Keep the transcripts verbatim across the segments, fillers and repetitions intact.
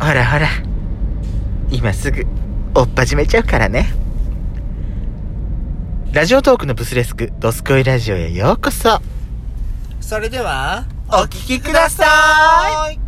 ほらほら、今すぐ追っ始めちゃうからね。ラジオトークのブスレスクドスコイラジオへようこそ。 それではお聞きください。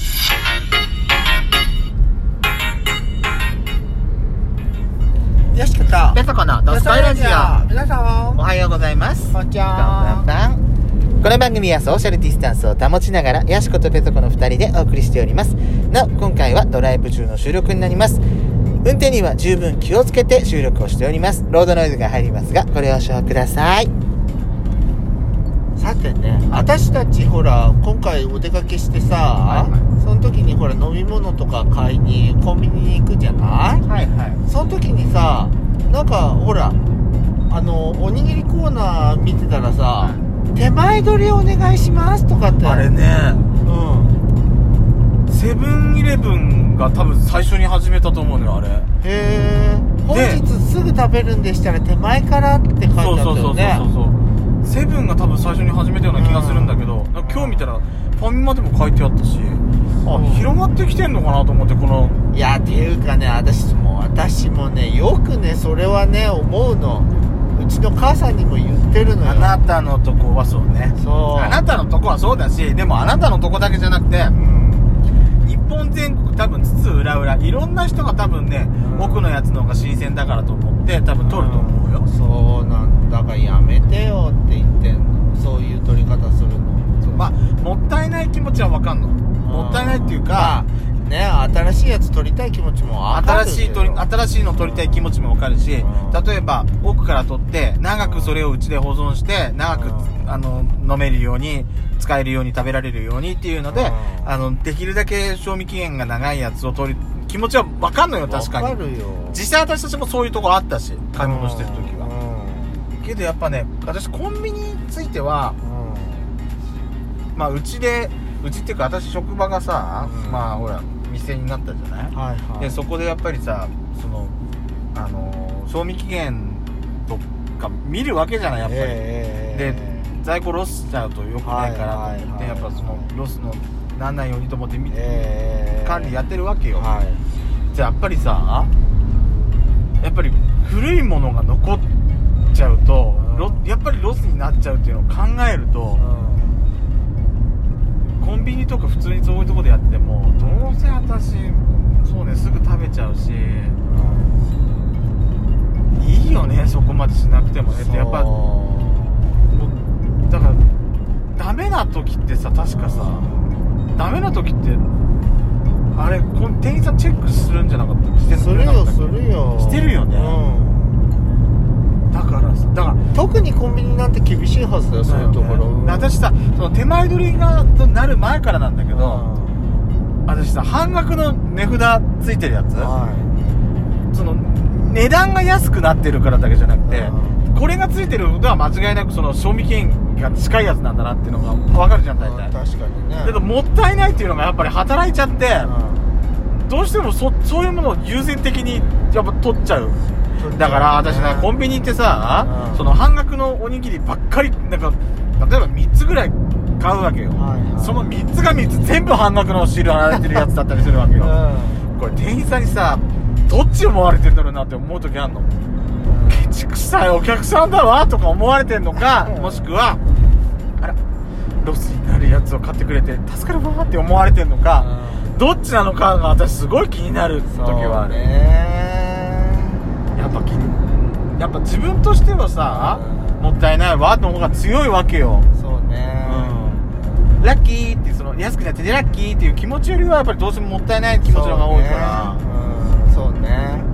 よしことペソコのドスコイラジオ、 皆さんおはようございます。 こんにちは。 こんばんばん。この番組はソーシャルディスタンスを保ちながらヤシコとペソコのふたりでお送りしております。なお今回はドライブ中の収録になります。運転には十分気をつけて収録をしております。ロードノイズが入りますがご了承ください。 さてね、私たちほら今回お出かけしてさ、 はいはい、 その時にほら飲み物とか買いにコンビニに行くじゃない？ はいはい。 その時にさ、なんかほらあのおにぎりコーナー見てたらさ、はい、手前取りお願いしますとかってあれね、 うん、 セブンイレブンが多分最初に始めたと思うのよあれ。 へえ。本日すぐ食べるんでしたら手前からって書いてあったよね。 そうそうそうそうそう。セブンが多分最初に始めたような気がするんだけど、うん、今日見たらファミマでも書いてあったし、あ、うん、広がってきてんのかなと思って。このいやっていうかね、私も私もねよくねそれはね思うの。うちの母さんにも言ってるのよ。 あなたのとこはそうね。 そう。 あなたのとこはそうだし、でもあなたのとこだけじゃなくて、うん、日本全国多分津々浦々いろんな人が多分ね、うん、奥のやつの方が新鮮だからと思って多分取ると思うよ。 うん、そうなんだからやめてよって言ってんの。そういう取り方するの。 まあもったいない気持ちは分かんの。もったいないっていうか、 ね、新しいやつ取りたい気持ちも分かる。 新しい取り新しいの取りたい気持ちも分かるし、例えば奥から取って長くそれをうちで保存して長くあの飲めるように使えるように食べられるようにっていうので、あのできるだけ賞味期限が長いやつを取る気持ちは分かんのよ。確かに分かるよ。 実際私たちもそういうところあったし、買い物してる時は。けどやっぱね、私コンビニについては、まあうちでうちっていうか私職場がさ、うん、まあほら店になったじゃない、はいはい、でそこでやっぱりさ、そのあの賞味期限とか見るわけじゃないやっぱり、えー、で在庫ロスしちゃうと良くないからと思って、はいはいはい、やっぱそのロスのなんないようにと思って見て、えー、管理やってるわけよ、はい、じゃあやっぱりさ、やっぱり古いものが残っちゃうと、うん、やっぱりロスになっちゃうっていうのを考えると、うん、コンビニとか普通にそういうとこでやってもどうせ私そうねすぐ食べちゃうし、うん、いいよねそこまでしなくてもねってやっぱもうだからダメな時ってさ、確かさ、ダメな時ってあれ店員さんチェックするんじゃなかったっけ？してするよするよしてるよね、うん、だからさ、だから特にコンビニなんて厳しいはずだよ、そういうところ、 ね、私さその手前取りがとなる前からなんだけど、うん、私さ半額の値札ついてるやつ、はい、その値段が安くなってるからだけじゃなくて、うん、これがついてるのは間違いなくその賞味期限が近いやつなんだなっていうのが分かるじゃん大体、うん、確かにね。だけどもったいないっていうのがやっぱり働いちゃって、うん、どうしても そ, そういうものを優先的にやっぱ取っちゃう。だから私ね、コンビニ行ってさ、うん、その半額のおにぎりばっかりなんか例えばみっつぐらい買うわけよ、はいはい、そのみっつがみっつ全部半額のシール貼られてるやつだったりするわけよ、うん、これ店員さんにさどっち思われてんだろうなって思う時あんの。ケチくさいお客さんだわとか思われてんのか、もしくはあらロスになるやつを買ってくれて助かるわって思われてんのか、うん、どっちなのかが私すごい気になる時はあるね。やっぱやっぱ自分としてはさ、うん、もったいないわの方が強いわけよ。 そうね、 うん、ラッキーってその安くなっててラッキーっていう気持ちよりはやっぱりどうしてももったいない気持ちの方が多いから。 そうね、うん、そうね。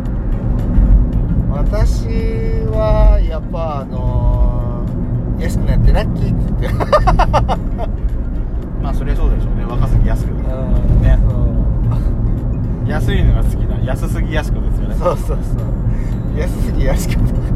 私はやっぱあのー、安くなってラッキーって言ってまあそれそうでしょうね。若すぎ安くね、安いのが好きな安すぎ安くですよね。 そうそうそう、安すぎ安く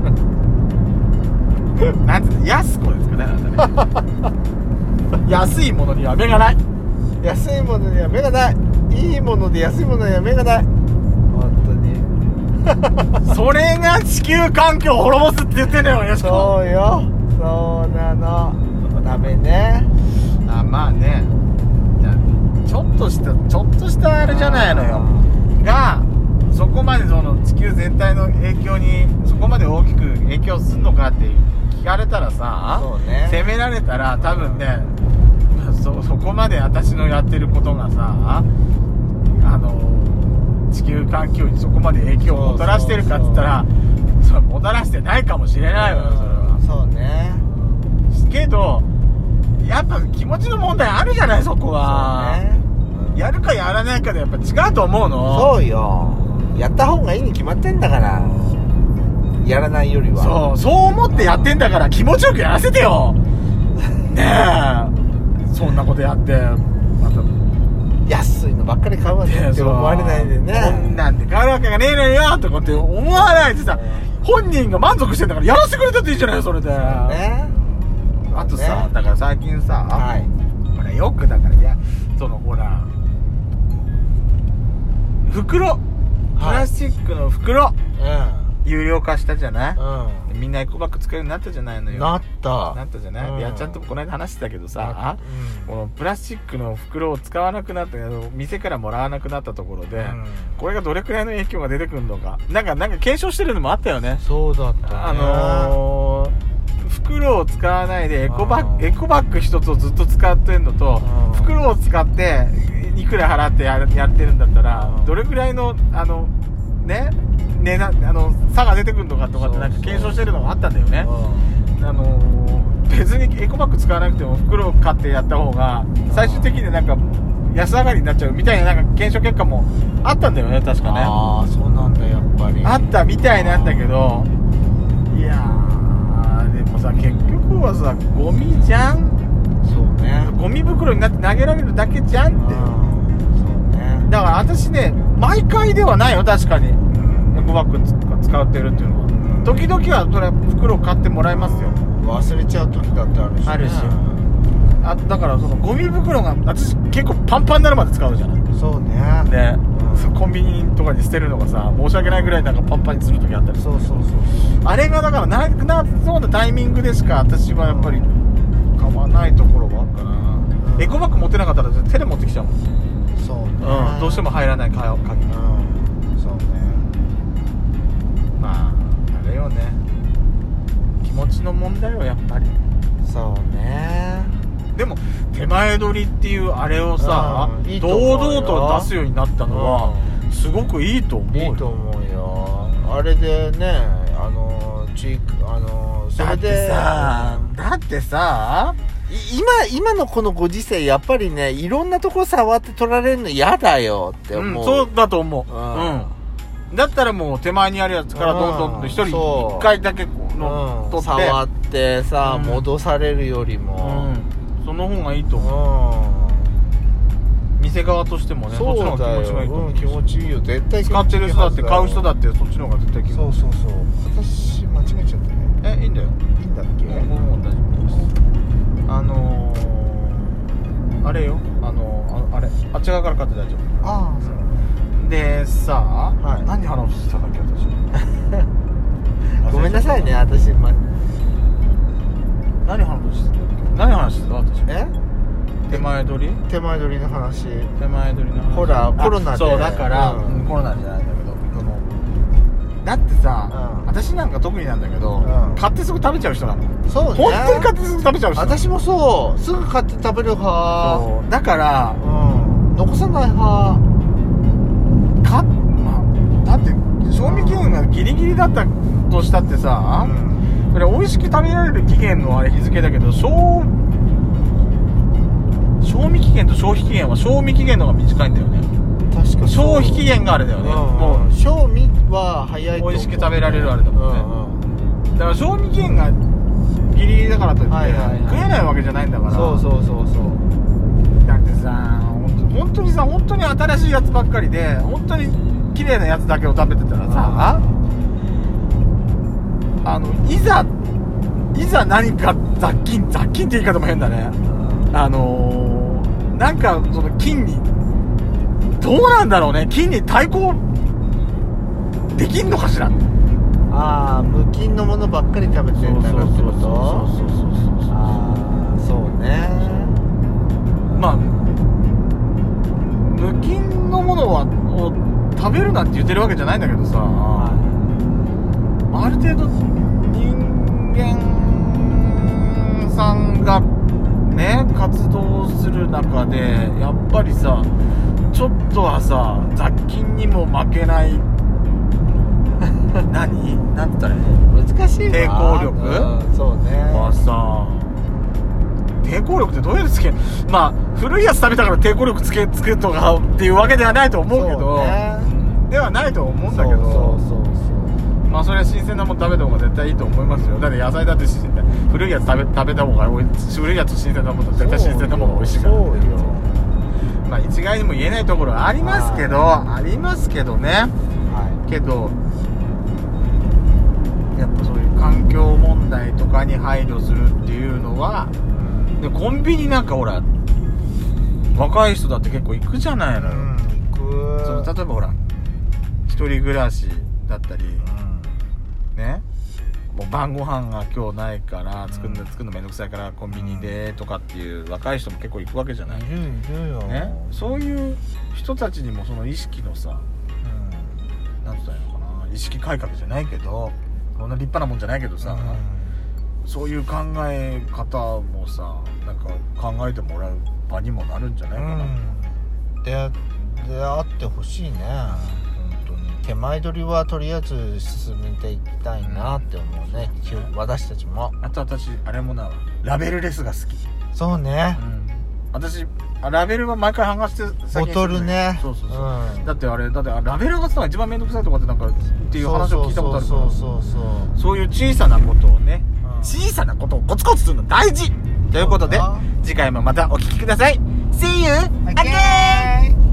なんて安子ですかね、なんね安いものには目がない。 安いものには目がない。いいもので安いものには目がない。本当にそれが地球環境を滅ぼすって言ってんだよ、よしこ。 そうよ、そうなの。ダメね。 あ、まあね。じゃあちょっとしたちょっとしたあれじゃないのよがそこまでその地球全体の影響にそこまで大きく影響するのかって聞かれたらさ、 そうね、 責められたら多分ね、うん、そ, そこまで私のやってることがさあの地球環境にそこまで影響をもたらしてるかって言ったらそれもたらしてないかもしれないわよ、それは。 そうね、 けどやっぱ気持ちの問題あるじゃない、そこは。そうね、うん、やるかやらないかでやっぱ違うと思うの。 そうよ、やった方がいいに決まってんだから、やらないよりは。 そうそう思ってやってんだから気持ちよくやらせてよねえ、そんなことやってまた安いのばっかり買うわねって思われないでね、 こんなんで買うわけがねえのよとかって思わないでさ、本人が満足してんだからやらせてくれたっていいじゃない、それでね。あとさ、ね、だから最近さ、はい、ほらよくだからいやそのほら袋、プラスチックの袋、はい、うん、有料化したじゃない、うん、みんなエコバッグ使うようになったじゃないのよ。 なったなったじゃない、うん、やっちゃんとこの間話してたけどさ、うん、このプラスチックの袋を使わなくなった店からもらわなくなったところで、うん、これがどれくらいの影響が出てくるのかなんかなんか検証してるのもあったよね。 そうだったね、 あのー、袋を使わないでエコバッグエコバッグ一つをずっと使ってんのと袋を使っていくら払ってやってるんだったらどれくらいのあのね値段あの差が出てくるのかとかってなんか検証してるのがあったんだよね。あのー、別にエコバッグ使わなくても袋を買ってやった方が最終的になんか安上がりになっちゃうみたいななんか検証結果もあったんだよね、確かね。 ああ、そうなんだ、やっぱりあったみたいなんだけど、いやーでもさ結局はさゴミじゃん。 そうね、 ゴミ袋になって投げられるだけじゃんって。 そうね、 だから私ね毎回ではないよ、確かにエコバッグ使ってるっていうのは、うん、時々はそれ袋買ってもらいますよ。 忘れちゃう時だってあるし、ね、 あるし、あだからそのゴミ袋が私結構パンパンになるまで使うじゃない。 そうね、 で、うん、コンビニとかに捨てるのがさ申し訳ないぐらいなんかパンパンにする時あったり。 そうそうそう、 あれがだからなくなそうなタイミングでしか私はやっぱり買わないところはあるかな、うん、エコバッグ持ってなかったら手で持ってきちゃうもん。 そうね、 うん、どうしても入らない鍵、うん、 そうね、 まああれよね、気持ちの問題はやっぱり。 そうね、 でも手前取りっていうあれをさ、 うん、いいと堂々と出すようになったのは、うん、すごくいいと思うよ。 いいと思うよ。あれでね、あのチークあのそれでだってさ、だってさ今今のこのご時世やっぱりね、いろんなとこ触って取られるの嫌だよって思う、 うん、そうだと思う、うんうん、だったらもう手前にあるやつからどんどんどん一人一回だけの、うん、取って触ってさ、うん、戻されるよりも、 うん、その方がいいと思う、うん、店側としてもね、そっちの方が気持ちがいいと思う、 うん、気持ちいいよ、絶対使ってる人だって買う人だってそっちの方が絶対気持ちいい。 そうそうそう、私間違えちゃったね。 え、いいんだよ、 いいんだっけ、 もうもう大丈夫です。あのー、あれよ、あのー、あ, あれあっち側から買って大丈夫。 ああ、そうでさ、 はい、 何話してたんだっけ私ごめんなさいね、私、ま、 何話してたんだっけ何話してた私。 え手前取り手前取りの話、 手前取りの話、 ほらコロナで、 そうだから、うん、コロナじゃないんだけど、そのだってさ、うん、私なんか特になんだけど、うん、買ってすぐ食べちゃう人なの。 そうね、 本当に買ってすぐ食べちゃう人。 私もそう、すぐ買って食べる派。 そうだから、 うん、残さない派か、まあ、だって賞味期限がギリギリだったとしたってさ、うん、それ美味しく食べられる期限のあれ日付だけど、賞賞味期限と消費期限は賞味期限の方が短いんだよね。 確か消費期限があれだよね、うん、 もう賞味は早いと思う。 美味しく食べられるあれだもんね、うんうん、だから賞味期限がギリギリだからといって、はいはいはい、食えないわけじゃないんだから。そうそうそうそう。だってさ、本当にさ、本当に新しいやつばっかりで本当に綺麗なやつだけを食べてたらさ、あのいざいざ何か雑菌雑菌って言い方も変だね、あのー、なんかその菌にどうなんだろうね、菌に対抗できんのかしら。 ああ、無菌のものばっかり食べてるんだなってこと。そうそうそうそう。ああ、そうね。 まあはを食べるなって言ってるわけじゃないんだけどさ、 はある程度人間さんがね活動する中でやっぱりさちょっとはさ雑菌にも負けない何なんて言ったらいいのい、難しいな。 抵抗力うんそうね。 はさ抵抗力ってどうやってつけるまあ古いやつ食べたから抵抗力つけつけとかっていうわけではないと思うけどそうねではないと思うんだけどそうそうそうそう。 まあそれは新鮮なもの食べた方が絶対いいと思いますよ。だって野菜だって新鮮古いやつ食べ食べた方がおい古いやつと新鮮なもの絶対新鮮なものが美味しいから、 そうよ。 まあ一概にも言えないところはありますけどありますけどねはけどやっぱそういう環境問題とかに配慮するっていうのはでコンビニなんかほら若い人だって結構行くじゃないのよ、 い。うん。行く。 その例えばほら一人暮らしだったりねもう晩ご飯が今日ないから作るの、作るのめんどくさいからコンビニでとかっていう若い人も結構行くわけじゃない、 いるいるよ。 ね、そういう人たちにもその意識のさなんて言ったらいいのかな意識改革じゃないけどこんな立派なもんじゃないけどさ、そういう考え方もさなんか考えてもらう場にもなるんじゃないかな、 うん。で、であってほしいね。本当に手前取りはとりあえず進めていきたいなって思うね。 うん私たちも。 あと私あれもなラベルレスが好き、 そうね。 私あラベルは毎回剥がして先にボトルね。 そうそうそう、 うん。 だってあれだってあラベル剥がすのが一番めんどくさいとかってなんかっていう話を聞いたことあるからそうそうそうそうそういう小さなことをね、 うん小さなことをコツコツするの大事ということでそうだ次回もまたお聞きください See you Okay. again!